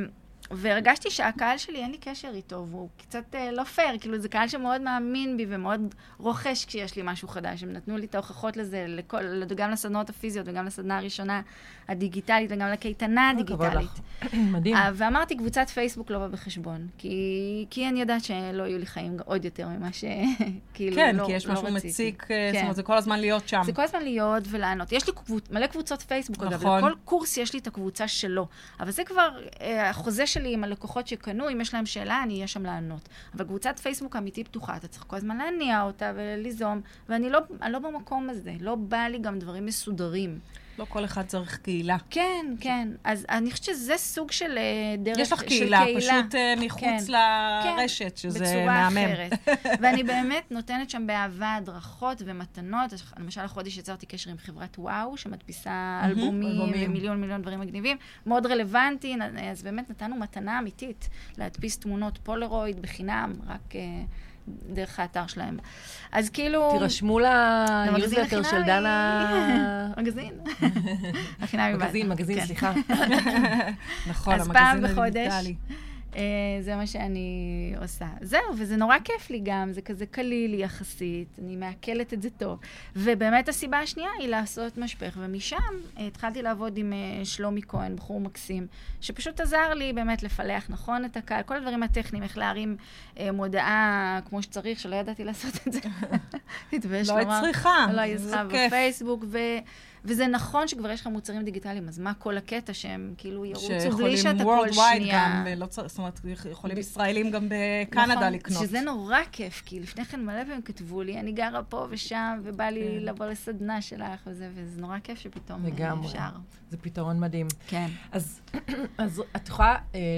והרגשתי שהקהל שלי, אין לי קשר איתו, והוא קצת לא פייר, כאילו זה קהל שמאוד מאמין בי ומאוד רוכש כשיש לי משהו חדש. הם נתנו לי את ההוכחות לזה, גם לסדנות הפיזיות וגם לסדנה הראשונה הדיגיטלית וגם לקייטנה הדיגיטלית. מדהים. ואמרתי, קבוצת פייסבוק לא בא בחשבון, כי אני יודעת שלא יהיו לי חיים עוד יותר ממה שכאילו לא רציתי. כן, כי יש משהו מציק, זאת אומרת, זה כל הזמן להיות שם. זה כל הזמן להיות ולענות. יש לי מלא קבוצות פייסבוק, אגב, לכל קורס יש לי את הקבוצה שלו. אבל זה כבר החוזה שלי עם הלקוחות שקנו, אם יש להם שאלה, אני אהיה שם לענות. אבל קבוצת פייסבוק אמיתי פתוחה, אתה צריך כל הזמן להניע אותה וליזום, ואני לא במקום הזה, לא בא לי גם דברים מסודרים. לא כל אחד צריך קהילה. כן, כן. אז אני חושבת שזה סוג של דרך של יש לך קהילה, פשוט מחוץ לרשת, שזה מהמם. בצורה אחרת. ואני באמת נותנת שם באהבה הדרכות ומתנות. למשל, החודש יצרתי קשר עם חברת וואו, שמדפיסה אלבומים ומיליון דברים מגניבים. מאוד רלוונטי, אז באמת נתנו מתנה אמיתית להדפיס תמונות פולרויד בחינם, רק דרך האתר שלהם. אז כאילו... תירשמו לניוזלטר של דנה... מגזין. מגזין, סליחה. נכון, אז פעם בחודש, זה מה שאני עושה. זהו, וזה נורא כיף לי גם, זה כזה קליל יחסית, אני מעכלת את זה טוב. ובאמת הסיבה השנייה היא לעשות משפך, ומשם התחלתי לעבוד עם שלומי כהן, בחור מקסים, שפשוט עזר לי באמת לפלח נכון את הקהל, כל הדברים הטכניים, איך להרים מודעה כמו שצריך, שלא ידעתי לעשות את זה. לא הצריכה. לא הצריכה בפייסבוק, וזה נכון שכבר יש לך מוצרים דיגיטליים, אז מה כל הקטע שהם כאילו ירוצו בלי שאתה כל שנייה. זאת אומרת, יכולים ישראלים גם בקנדה לקנות. שזה נורא כיף, כי לפני כן מלא פעמים כתבו לי, אני גרה פה ושם, ובא לי לבוא לסדנה שלך וזה, וזה נורא כיף שפתאום אפשר. זה פתרון מדהים. כן. אז את יכולה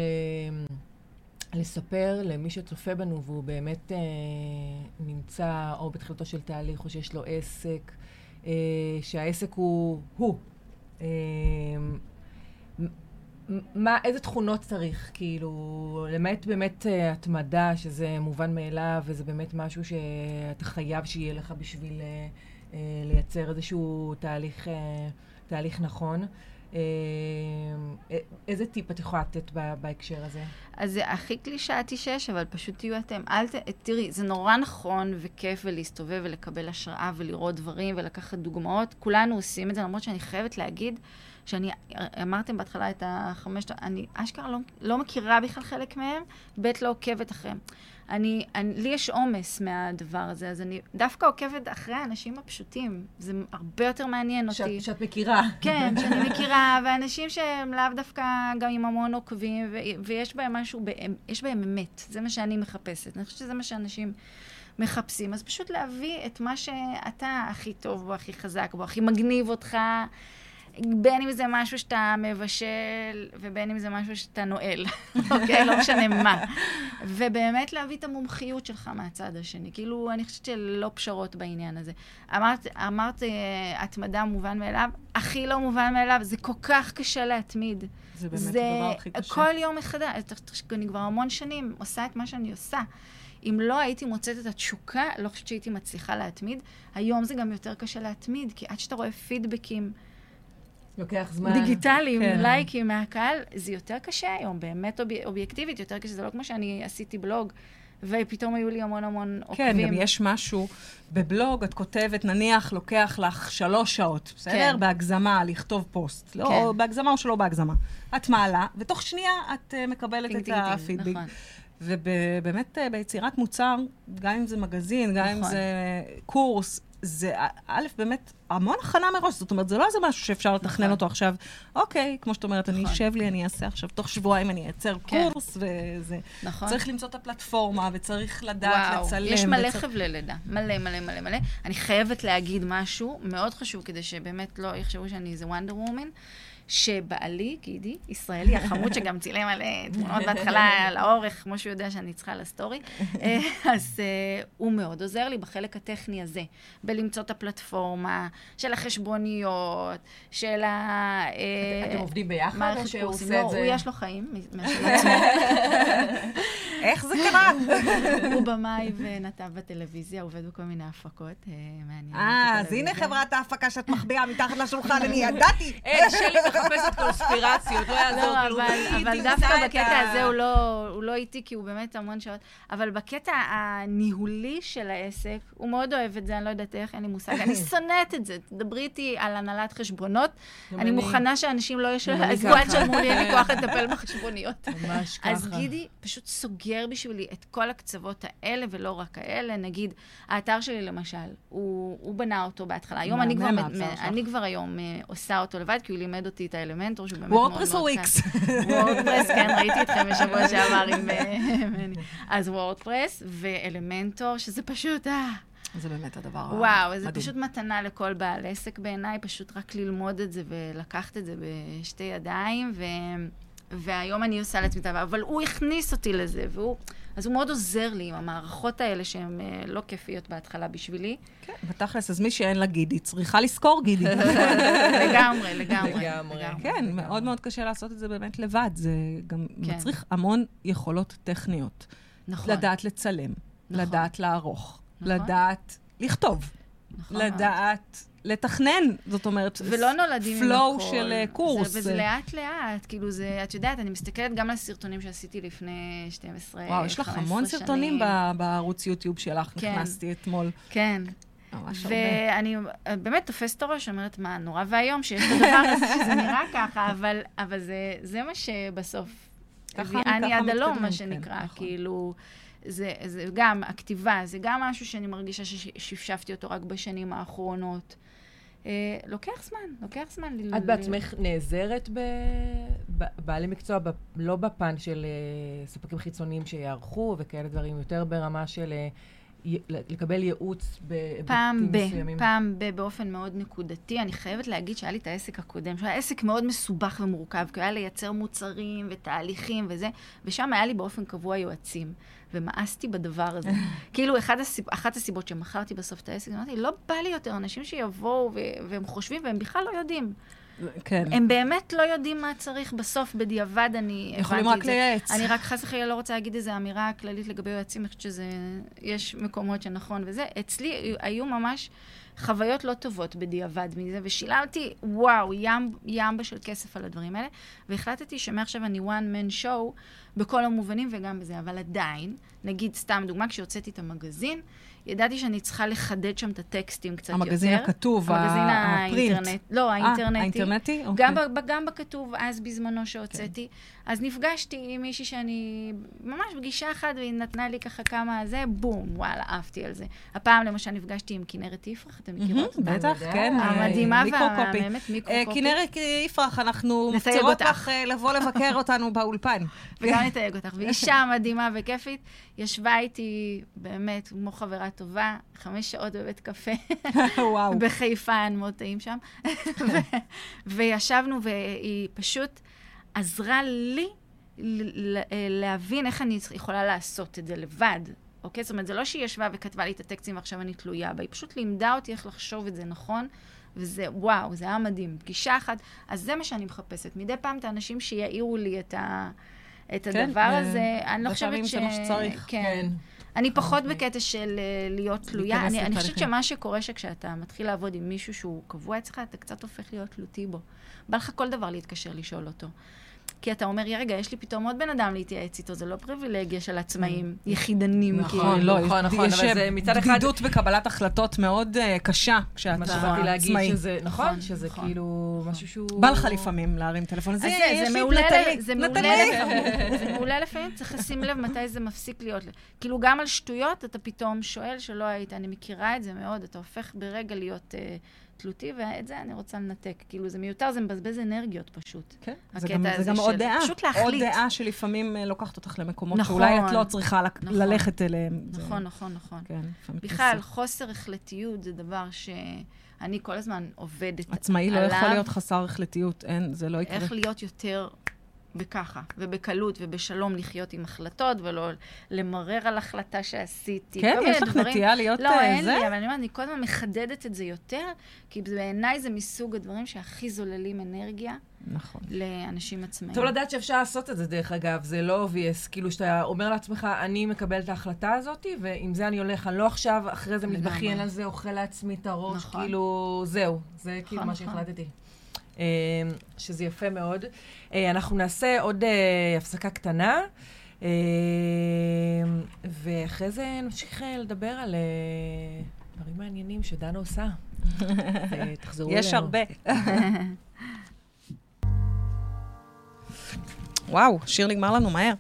לספר למי שצופה בנו, והוא באמת נמצא או בתחילתו של תהליך, או שיש לו עסק, שהעסק הוא. איזה תכונות צריך, כאילו, למעט באמת התמדה, שזה מובן מאליו, וזה באמת משהו שאתה חייב שיהיה לך בשביל לייצר איזשהו תהליך נכון. איזה טיפ את יכולה לתת בהקשר הזה? אז זה הכי קלישאתי שיש, אבל פשוט תהיו אתם. תראי, זה נורא נכון וכיף ולהסתובב ולקבל השראה ולראות דברים ולקחת דוגמאות. כולנו עושים את זה, למרות שאני חייבת להגיד שאני, אמרתם בהתחלה את אני אשכרה לא מכירה בכלל חלק מהם, בית לא עוקבת אחריהם. לי יש עומס מהדבר הזה, אז אני דווקא עוקבת אחרי האנשים הפשוטים. זה הרבה יותר מעניין אותי. שאת מכירה. כן, שאני מכירה, ואנשים שהם לאו דווקא גם עם המון עוקבים, ויש בהם משהו, יש בהם אמת. זה מה שאני מחפשת. אני חושבת שזה מה שאנשים מחפשים. אז פשוט להביא את מה שאתה הכי טוב בו, הכי חזק בו, הכי מגניב אותך, בין אם זה משהו שאתה מבשל, ובין אם זה משהו שאתה נועל. אוקיי? לא משנה מה. ובאמת להביא את המומחיות שלך מהצד השני. כאילו, אני חושבת שלא פשרות בעניין הזה. אמרת, התמדה מובן מאליו, הכי לא מובן מאליו, זה כל כך קשה להתמיד. זה באמת הדבר הכי קשה. כל יום מחדש, אני כבר המון שנים עושה את מה שאני עושה. אם לא הייתי מוצאת את התשוקה, לא חושבת שהייתי מצליחה להתמיד. היום זה גם יותר קשה להתמיד, כי עד שאתה רואה פידבקים, לוקח זמן. דיגיטליים, לייקים מהקהל, זה יותר קשה היום, באמת אובייקטיבית, יותר קשה, זה לא כמו שאני עשיתי בלוג, ופתאום היו לי המון עוקבים. כן, גם יש משהו, בבלוג את כותבת, נניח, לוקח לך 3 שעות, בסדר? בהגזמה, לכתוב פוסט. לא בהגזמה או שלא בהגזמה. את מעלה, ותוך שנייה את מקבלת את הפידבק. ובאמת ביצירת מוצר, גם אם זה מגזין, גם אם זה קורס, זה א', באמת המון הכנה מראש, זאת אומרת, זה לא איזה משהו שאפשר לתכנן אותו עכשיו. אוקיי, כמו שאת אומרת, אני אשב לי, אני אעשה עכשיו, תוך שבועיים אני אעצר קורס, וזה... צריך למצוא את הפלטפורמה, וצריך לדעת, לצלם. יש מלא חבלי לידה, מלא. אני חייבת להגיד משהו מאוד חשוב, כדי שבאמת לא יחשבו שאני איזה וונדר וומן, שבעלי, גידי, ישראלי, החמוד שגם צילם על תמונות בהתחלה על האורך, כמו שהוא יודע שאני צריכה לסטורי, אז הוא מאוד עוזר לי בחלק הטכני הזה, בלמצוא את הפלטפורמה של החשבוניות, של אתם עובדים ביחד או שהוא עושה את זה? הוא יש לו חיים, משל עצמו. איך זה קרה? הוא במאי ונתב בטלוויזיה, עובד בכל מיני הפקות, מעניין. אז הנה חברת ההפקה שאת מחביאה מתחת לשולחן, אני ידעתי. שלי מחפשת קונספירציות, לא יעזור. אבל דווקא בקטע הזה הוא לא איתי, כי הוא באמת המון שעות, אבל בקטע הניהולי של העסק, הוא מאוד אוהב את זה, אני לא יודעת איך, אין לי מושג. אני שונאת את זה. דברי איתי על הנהלת חשבונות, אני מוכנה שאנשים לא ישלמו לי, אין לי כוח לטפל בחשבוניות. ממש ככה. אז גידי פשוט סוגר בשבילי את כל הקצוות האלה, ולא רק האלה. נגיד, האתר שלי למשל, הוא בנה אותו בהתחלה. היום אני כבר היום עושה אותו לבד, כי הוא לימד אותי את האלמנטור, שהוא באמת מאוד מאוד וורדפרס או וויקס? וורדפרס, כן, ראיתי אתכם בשבוע שעבר עם... אז וורדפרס ואלמנטור, שזה פשוט... זה באמת הדבר מדהים. וואו, זה פשוט מתנה לכל בעל עסק בעיניי, פשוט רק ללמוד את זה ולקחת את זה בשתי ידיים, והיום אני עושה לעצמי טבע, אבל הוא הכניס אותי לזה, אז הוא מאוד עוזר לי עם המערכות האלה שהן לא כיפיות בהתחלה בשבילי. כן, בתכלס, אז מי שאין לה גידי, צריכה לזכור גידי. לגמרי. כן, מאוד מאוד קשה לעשות את זה באמת לבד, זה גם מצריך המון יכולות טכניות. נכון. לדעת לצלם, לדעת לערוך, לדעת לכתוב, לדעת לתכנן, זאת אומרת, ולא נולדים עם פלואו הכל. של קורס. וזה לאט לאט, כאילו זה, את יודעת, אני מסתכלת גם על סרטונים שעשיתי לפני 12, 15 שנים. וואו, יש לך המון סרטונים בערוץ יוטיוב שלך, נכנסתי אתמול. כן. ממש הרבה. ואני באמת תופסת את הראש, אומרת, מה, נורא והיום שיש את הדבר הזה, שזה נראה ככה, אבל זה מה שבסוף, אני עד הלום, מה שנקרא, כאילו... זה גם הכתיבה, זה גם משהו שאני מרגישה ששפשפתי אותו רק בשנים האחרונות. לוקח זמן. את בעצמך נעזרת בבעלי מקצוע, לא בפן של ספקים חיצוניים שיערכו וכאלה דברים, יותר ברמה של לקבל ייעוץ בהיבטים מסוימים. פעם באופן מאוד נקודתי. אני חייבת להגיד שהיה לי את העסק הקודם, שהיה עסק מאוד מסובך ומורכב, כי היה לייצר מוצרים ותהליכים וזה, ושם היה לי באופן קבוע יועצים. ומאסתי בדבר הזה. כאילו, אחת הסיבות שמכרתי בסוף את העסק, אמרתי, לא בא לי יותר אנשים שיבואו והם חושבים, והם בכלל לא יודעים. כן. הם באמת לא יודעים מה צריך בסוף, בדיעבד אני יכולים רק לייעץ. אני רק חס וחלילה לא רוצה להגיד איזו אמירה כללית לגבי יועצים, אני חושבת יש מקומות שנכון וזה. אצלי היו ממש חוויות לא טובות בדיעבד מזה, ושילמתי, וואו, ימבה של כסף על הדברים האלה, והחלטתי שמעכשיו אני one man show בכל המובנים וגם בזה, אבל עדיין, נגיד סתם דוגמה, כשהוצאתי את המגזין, ידעתי שאני צריכה לחדד שם את הטקסטים קצת יותר. המגזין הכתוב, הפרינט. לא, האינטרנטי. האינטרנטי? גם בכתוב, אז בזמנו שהוצאתי. אז נפגשתי עם מישהי שאני ממש פגישה אחת, והיא נתנה לי ככה כמה זה, בום, וואלה, אהבתי על זה. הפעם למשל נפגשתי עם כנרת יפרח, אתם מכירות אותה? בטח, כן. המדהימה והמאמת מיקרו-קופי. כנרת יפרח, אנחנו מפצירות לך לבוא לבקר אותנו באולפן. וגם נתייג אותך. ואישה מדהימה וכיפית, ישבה איתי באמת כמו חברה טובה, 5 שעות בבית קפה. וואו. בחיפה, אין מאוד טעים שם. וישבנו, והיא פשוט עזרה לי להבין איך אני יכולה לעשות את זה לבד. אוקיי? זאת אומרת, זה לא שהיא ישבה וכתבה לי את הטקסטים ועכשיו אני תלויה בה. היא פשוט לימדה אותי איך לחשוב את זה נכון. וזה, וואו, זה היה מדהים. פגישה אחת. אז זה מה שאני מחפשת. מדי פעם את האנשים שיעירו לי את הדבר הזה. אני לא חושבת זה מה שצריך. כן. אני פחות בקטע של להיות תלויה. אני חושבת שמה שקורה שכשאתה מתחיל לעבוד עם מישהו שהוא קבוע אצלך, אתה קצת הופך להיות תלותי בו. בא לך כל דבר להתקשר לשאול אותו. כי אתה אומר, רגע, יש לי פתאום עוד בן אדם להתייעץ איתו, זה לא פריבילגיה של עצמאים, יחידנים. נכון, נכון, יש בדידות בקבלת החלטות מאוד קשה כשאתה מה שבאתי להגיד שזה, נכון, שזה כאילו משהו שהוא... בא לך לפעמים להרים טלפון. זה מעולה לפעמים, צריך לשים לב מתי זה מפסיק להיות. כאילו גם על שטויות אתה פתאום שואל שלא היית, אני מכירה את זה מאוד, אתה הופך ברגע להיות... תלותי, ואת זה אני רוצה לנתק. כאילו, זה מיותר, זה מבזבז אנרגיות פשוט. כן, זה גם עוד דעה. פשוט להחליט. עוד דעה שלפעמים לוקחת אותך למקומות שאולי את לא צריכה ללכת אליהם. נכון. בכלל, חוסר החלטיות זה דבר שאני כל הזמן עובדת עליו. עצמאי לא יכול להיות חסר החלטיות, זה לא יקרה. איך להיות יותר בככה, ובקלות ובשלום לחיות עם החלטות, ולא למרר על החלטה שעשיתי. כן, יש לך נטייה להיות זה? לא, אין לי, אבל אני אומרת, אני כל הזמן מחדדת את זה יותר, כי בעיניי זה מסוג הדברים שהכי זוללים אנרגיה. נכון. לאנשים עצמאים. טוב לדעת שאפשר לעשות את זה, דרך אגב, זה לא obvious, כאילו שאתה אומר לעצמך, אני מקבל את ההחלטה הזאת, ועם זה אני הולך, אני לא עכשיו, אחרי זה מתבכיין על זה, אוכל לעצמי את הראש, נכון. כאילו, זהו, זה כאילו מה שהחלטתי. שזה יפה מאוד. אנחנו נעשה עוד הפסקה קטנה, ואחרי זה נמשיך לדבר על דברים מעניינים שדנה עושה. תחזרו אלינו. יש הרבה. וואו, שיר נגמר לנו מהר.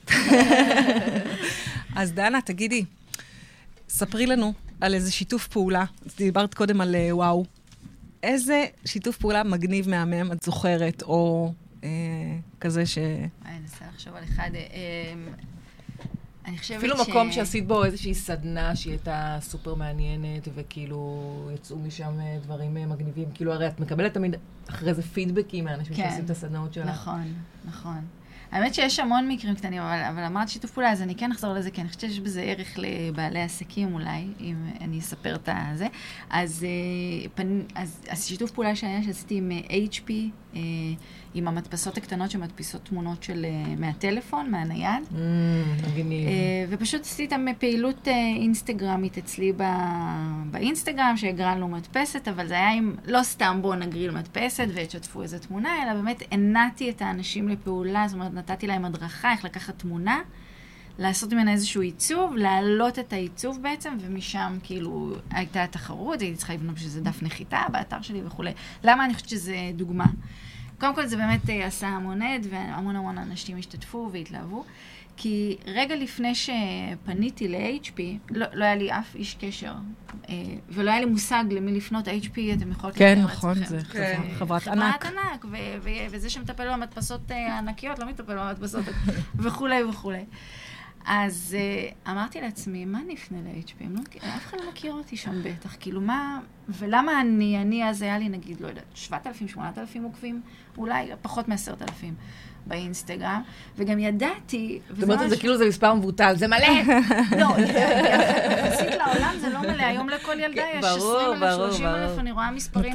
אז דנה, תגידי, ספרי לנו על איזה שיתוף פעולה. דיברת קודם על וואו. איזה שיתוף פעולה מגניב מהמם את זוכרת, או כזה ש... אני אנסה לחשוב על אחד. אני חושבת אפילו מקום שעשית בו איזושהי סדנה שהיא הייתה סופר מעניינת, וכאילו יצאו משם דברים מגניבים. כאילו הרי את מקבלת תמיד אחרי זה פידבקים מהאנשים שעושים את הסדנאות שלך. נכון, נכון. האמת שיש המון מקרים קטנים, אבל אמרת שיתוף פעולה, אז אני כן אחזור לזה, כי אני חושבת שיש בזה ערך לבעלי עסקים אולי, אם אני אספר את זה. אז שיתוף פעולה שהיה שעשיתי עם HP, עם המדפסות הקטנות שמדפיסות תמונות מהטלפון, מהנייד. מגניב. ופשוט עשיתי איתם פעילות אינסטגרמית אצלי באינסטגרם, שהגרלנו מדפסת, אבל זה היה עם לא סתם בוא נגריל מדפסת ותשתפו איזו תמונה, אלא באמת הנעתי את האנשים לפעולה, זאת אומרת, נתתי להם הדרכה, איך לקחת תמונה, לעשות ממנה איזשהו עיצוב, להעלות את העיצוב בעצם, ומשם כאילו הייתה התחרות, הייתי צריכה לבנות שזה דף נחיתה באתר שלי וכו'. למה אני חושבת שזה דוגמה? קודם כל זה באמת עשה המון עד, והמון אנשים השתתפו והתלהבו, כי רגע לפני שפניתי ל-HP, לא היה לי אף איש קשר, ולא היה לי מושג למי לפנות. HP, אתם יכולים כן, נכון, זה חברת ענק. חברת ענק, וזה שמטפל במדפסות הענקיות, לא מטפל במדפסות וכולי וכולי. אז אמרתי לעצמי, מה נפנה ל-HP? אף אחד לא מכיר אותי שם בטח, כאילו מה, ולמה אני אז היה לי נגיד, לא יודעת, 7,000, 8,000 עוקבים, אולי פחות מ10,000 באינסטגרם, וגם ידעתי... זאת אומרת, זה כאילו זה מספר מבוטל, זה מלא! לא, יחסית לעולם זה לא מלא, היום לכל ילדה יש 20,000, 30,000, אני רואה מספרים,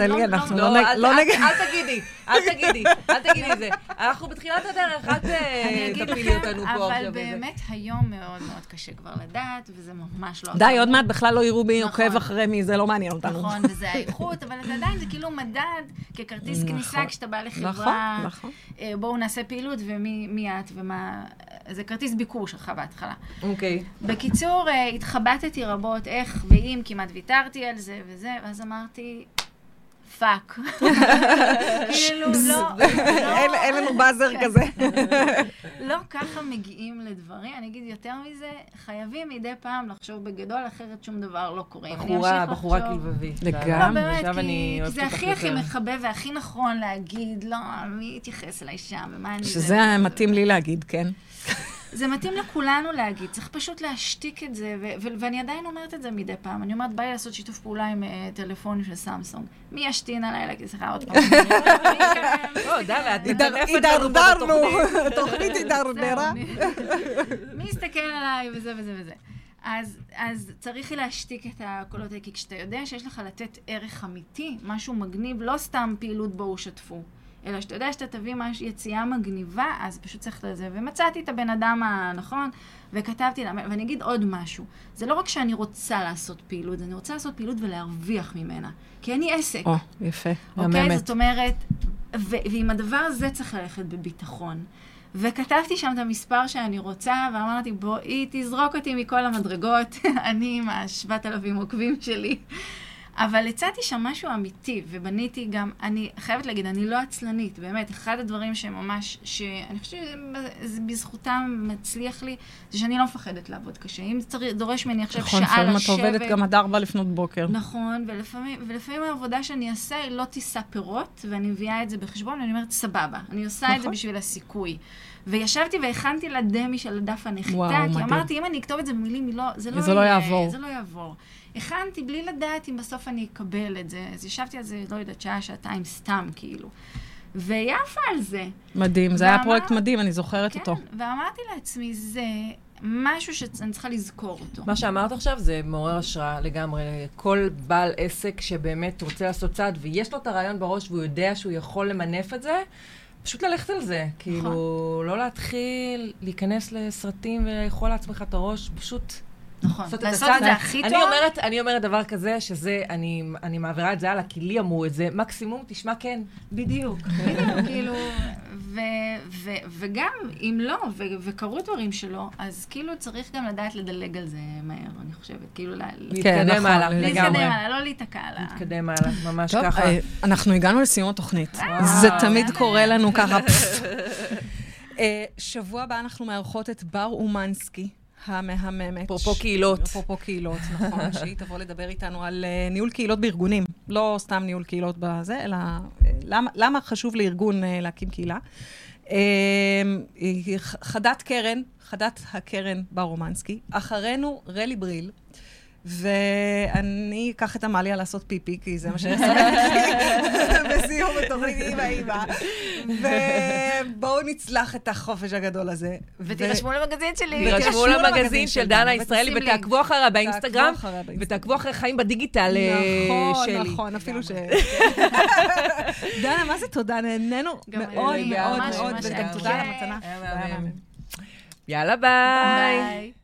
אל תגידי זה. אנחנו בתחילת הדרך, אל תפילי אותנו פה עכשיו. אבל באמת היום מאוד מאוד קשה כבר לדעת, וזה ממש לא... די, עוד מעט בכלל לא יראו מי עוקב אחרי מי, זה לא מעניין אותנו. נכון, וזה האיכות, אבל עדיין זה כאילו מדד ככרטיס כניסה כשאתה בא לחברה. בואו נעשה פעילות ומי את ומה... זה כרטיס ביקור שלך בהתחלה. אוקיי. בקיצור, התחבטתי רבות איך ואם, כמעט ויתרתי על זה וזה, ואז אמרתי... פאק. כאילו, לא. אין לנו באזר כזה. לא ככה מגיעים לדברים. אני אגיד יותר מזה, חייבים מדי פעם לחשוב בגדול, אחרת שום דבר לא קורה. בחורה כלבבית. לגמרי. לא, באמת, כי זה הכי מחבב והכי נכון להגיד, לא, מי יתייחס אליי שם, ומה אני... שזה מתאים לי להגיד, כן. זה מתאים לכולנו להגיד, צריך פשוט להשתיק את זה, ואני עדיין אומרת את זה מדי פעם. אני אומרת, באי לעשות שיתוף פעולה עם טלפונים של סמסונג. מי ישתין עליי להגיד, סליחה, עוד פעם. לא, דלה, הידרדרנו, תוכנית הידרדרה. מי יסתכל עליי וזה וזה וזה. אז צריך להשתיק את הקולות האלה, כי כשאתה יודע שיש לך לתת ערך אמיתי, משהו מגניב, לא סתם פעילות בו שתפו. אלא שאתה יודע שאתה תביא יציאה מגניבה, אז פשוט צריך לזה. ומצאתי את הבן אדם הנכון, וכתבתי לה, ואני אגיד עוד משהו. זה לא רק שאני רוצה לעשות פעילות, אני רוצה לעשות פעילות ולהרוויח ממנה. כי אני עסק. יפה. אוקיי? זאת אומרת, ועם הדבר הזה צריך ללכת בביטחון. וכתבתי שם את המספר שאני רוצה, ואמרתי, בואי, תזרוק אותי מכל המדרגות, אני עם 7,000 עוקבים שלי. אבל הצעתי שם משהו אמיתי, ובניתי גם, אני חייבת להגיד, אני לא עצלנית, באמת, אחד הדברים שממש, שאני חושבת שבזכותם מצליח לי, זה שאני לא מפחדת לעבוד קשה. אם דורש ממני עכשיו שעה לשבת... נכון, את עובדת גם עד 4 לפנות בוקר. נכון, ולפעמים העבודה שאני אעשה, היא לא תישא פירות, ואני מביאה את זה בחשבון, ואני אומרת, סבבה, אני עושה את זה בשביל הסיכוי. וישבתי והכנתי לדמי של הדף הנחיתה, כי אמרתי, אם אני אכתוב את זה במילים, זה לא יעבור. הכנתי בלי לדעת אם בסוף אני אקבל את זה. אז ישבתי על זה, לא יודעת, שעה, שעתיים סתם, כאילו. ויפה על זה. מדהים, זה היה פרויקט מדהים, אני זוכרת אותו. כן, ואמרתי לעצמי, זה משהו שאני צריכה לזכור אותו. מה שאמרת עכשיו זה מעורר השראה לגמרי. כל בעל עסק שבאמת רוצה לעשות צעד, ויש לו את הרעיון בראש, והוא יודע שהוא יכול למנף את זה, פשוט ללכת על זה. כאילו, לא להתחיל להיכנס לסרטים ולאכול לעצמך את הראש, פשוט... נכון, לעשות את זה הכי טוב. אני אומרת דבר כזה, שזה, אני מעבירה את זה הלאה, כי לי אמרו את זה, מקסימום תשמע כן. בדיוק, כאילו, וגם אם לא, וקרו דברים שלו, אז כאילו צריך גם לדעת לדלג על זה מהר, אני חושבת, כאילו להתקדם הלאה. להתקדם הלאה, לא להתקע הלאה. להתקדם הלאה, ממש ככה. טוב, אנחנו הגענו לסיום התוכנית. זה תמיד קורה לנו ככה. שבוע הבא אנחנו מארחות את בר אומנסקי. המהממת. אפרופו קהילות. אפרופו קהילות, נכון. שהיא תבוא לדבר איתנו על ניהול קהילות בארגונים. לא סתם ניהול קהילות בזה, אלא למה חשוב לארגון להקים קהילה. חדת הקרן בר אומנסקי. אחרינו רלי בריל. ואני אקח את המליה לעשות פיפי, כי זה מה שאני בסיום בתוכנית אימא. ובואו נצלח את החופש הגדול הזה. ותירשמו למגזין שלי. תירשמו למגזין של דנה ישראלי, ותעקבו אחריה באינסטגרם, ותעקבו אחרי חיים בדיגיטל שלי. נכון, אפילו ש... דנה, מה זה תודה? נהנינו מאוד מאוד מאוד, וגם תודה על המתנה. יאללה, ביי.